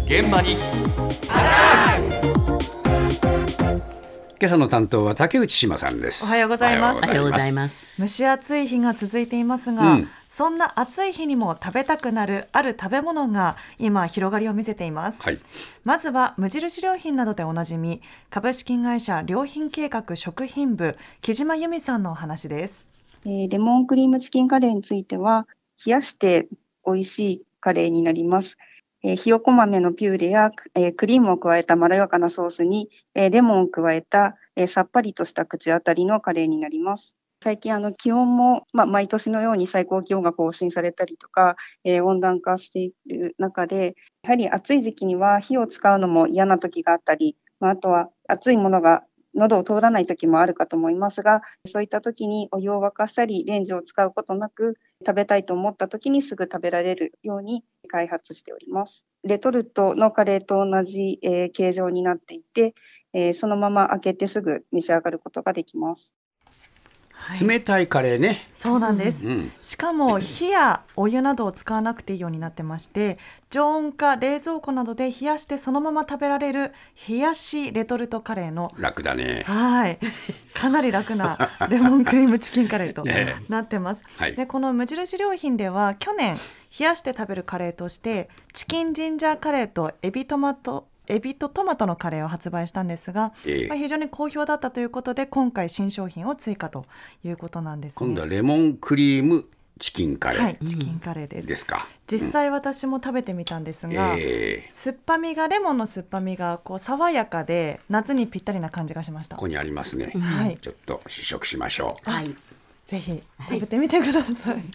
現場に今朝の担当は竹内志麻さんです。 おはようございます。 おはようございます。 蒸し暑い日が続いていますが、そんな暑い日にも食べたくなるある食べ物が今広がりを見せています、まずは無印良品などでおなじみ株式会社良品計画食品部木島由美さんのお話です。 レモンクリームチキンカレーについては冷やして美味しいカレーになります。ひよこ豆のピューレや、クリームを加えたまろやかなソースに、レモンを加えた、さっぱりとした口当たりのカレーになります。最近気温も、毎年のように最高気温が更新されたりとか、温暖化している中でやはり暑い時期には火を使うのも嫌な時があったり、あとは熱いものが喉を通らない時もあるかと思いますが、そういった時にお湯を沸かしたりレンジを使うことなく食べたいと思った時にすぐ食べられるように開発しております。レトルトのカレーと同じ、形状になっていて、そのまま開けてすぐ召し上がることができます。 冷たいカレーね。 そうなんです、しかも火やお湯などを使わなくていいようになってまして、常温か冷蔵庫などで冷やしてそのまま食べられる冷やしレトルトカレーの楽だね。 かなり楽なレモンクリームチキンカレーとなってます、でこの無印良品では去年冷やして食べるカレーとしてチキンジンジャーカレーとエビとトマトのカレーを発売したんですが、非常に好評だったということで今回新商品を追加ということなんですね。 今度はレモンクリームチキンカレー、 チキンカレーです。 ですか。 実際私も食べてみたんですが、酸っぱみがレモンの酸っぱみがこう爽やかで夏にぴったりな感じがしました。 ここにありますね、ちょっと試食しましょう。 ぜひ食べてみてください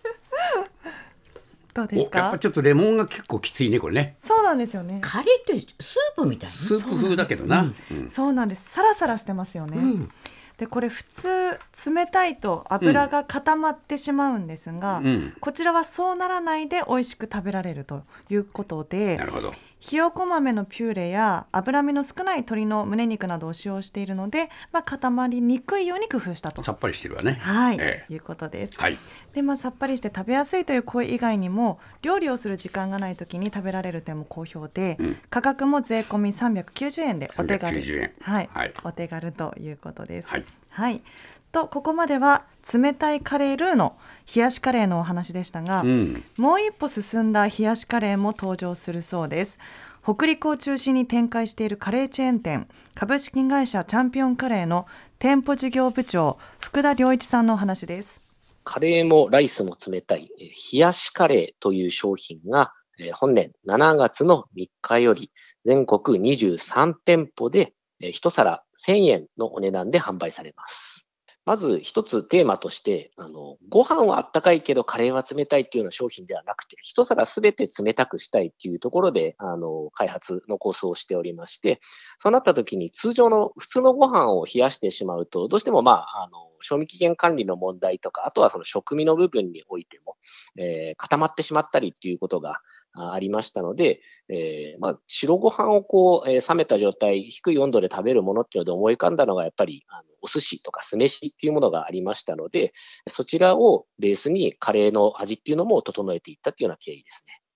どうですか？ やっぱちょっとレモンが結構きついねこれね。 そうなんですよね。 カレーってスープみたいな、 スープ風だけどな。 そうなんです。サラサラしてますよね、でこれ普通冷たいと油が固まってしまうんですが、こちらはそうならないで美味しく食べられるということで、 なるほど。 ひよこ豆のピューレや脂身の少ない鶏の胸肉などを使用しているので、固まりにくいように工夫したと。 さっぱりしてるわね。 いうことです、でさっぱりして食べやすいという声以外にも料理をする時間がない時に食べられる点も好評で、価格も税込み390円でお手軽、お手軽ということです。とここまでは冷たいカレールーの冷やしカレーのお話でしたが、もう一歩進んだ冷やしカレーも登場するそうです。北陸を中心に展開しているカレーチェーン店株式会社チャンピオンカレーの店舗事業部長福田良一さんのお話です。 カレーもライスも冷たい冷やしカレーという商品が本年7月の3日より全国23店舗で1皿1000円のお値段で販売されます。まず一つテーマとして、ご飯はあったかいけどカレーは冷たいっていうような商品ではなくて、一皿すべて冷たくしたいっていうところで、開発の構想をしておりまして、そうなった時に普通のご飯を冷やしてしまうと、どうしても賞味期限管理の問題とか、あとはその食味の部分においても、固まってしまったりっていうことがありましたので、白ご飯を冷めた状態、低い温度で食べるものっていうので思い浮かんだのがやっぱりお寿司とか酢飯っていうものがありましたので、そちらをベースにカレーの味っていうのも整えていったっていうような経緯ですね。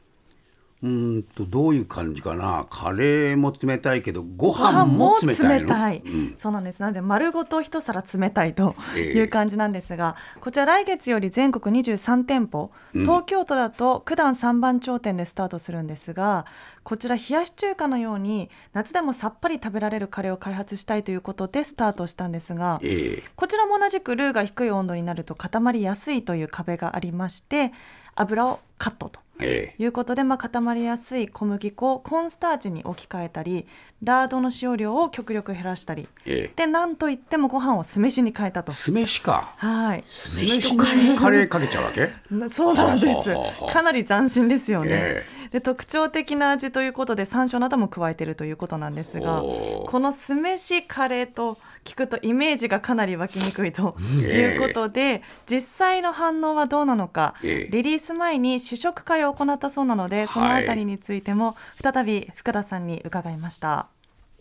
どういう感じかな。カレーも冷たいけどご飯も冷たいの。 そうなんです。なので丸ごと一皿冷たいという感じなんですが、こちら来月より全国23店舗、東京都だと九段三番町店でスタートするんですが、こちら冷やし中華のように夏でもさっぱり食べられるカレーを開発したいということでスタートしたんですが、こちらも同じくルーが低い温度になると固まりやすいという壁がありまして、油をカットということで、固まりやすい小麦粉をコーンスターチに置き換えたり、ラードの使用量を極力減らしたり、でなんといってもご飯を酢飯に変えたと。 酢飯か。 酢飯とカレーかけちゃうわけ。 そうなんです。かなり斬新ですよね。で特徴的な味ということで山椒なども加えているということなんですが、この酢飯カレーと聞くとイメージがかなり湧きにくいということで、実際の反応はどうなのか、リリース前に試食会を行ったそうなので、そのあたりについても再び福田さんに伺いました。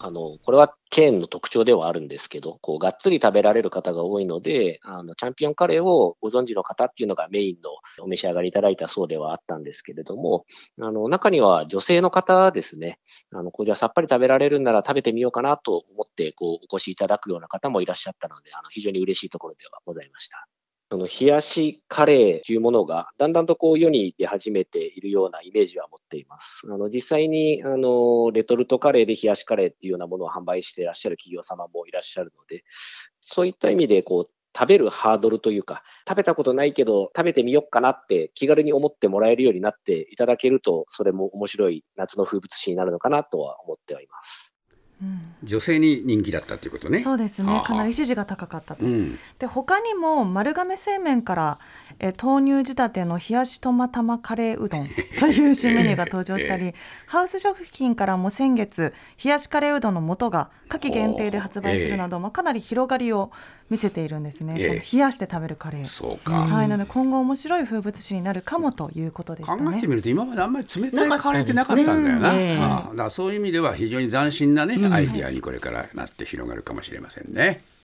これはチェーンの特徴ではあるんですけど、がっつり食べられる方が多いので、チャンピオンカレーをご存知の方っていうのがメインのお召し上がりいただいたそうではあったんですけれども、中には女性の方ですね、じゃあさっぱり食べられるんなら食べてみようかなと思って、お越しいただくような方もいらっしゃったので、非常に嬉しいところではございました。その冷やしカレーというものがだんだんと世に出始めているようなイメージは持っています。実際にレトルトカレーで冷やしカレーっていうようなものを販売していらっしゃる企業様もいらっしゃるので、そういった意味で食べるハードルというか、食べたことないけど食べてみようかなって気軽に思ってもらえるようになっていただけると、それも面白い夏の風物詩になるのかなとは思ってはいます。 女性に人気だったということね。 そうですね、かなり支持が高かったと。で他にも丸亀製麺から豆乳仕立ての冷やしトマ玉カレーうどんという新メニューが登場したり、ハウス食品からも先月冷やしカレーうどんの素が夏季限定で発売するなど、かなり広がりを見せているんですね、この冷やして食べるカレー。 そうか、 はい、なので今後面白い風物詩になるかもということでしたね。 考えてみると今まであんまり冷たいカレーってなかったんだよな。だからそういう意味では非常に斬新なね、アイディアにこれからなって広がるかもしれませんね。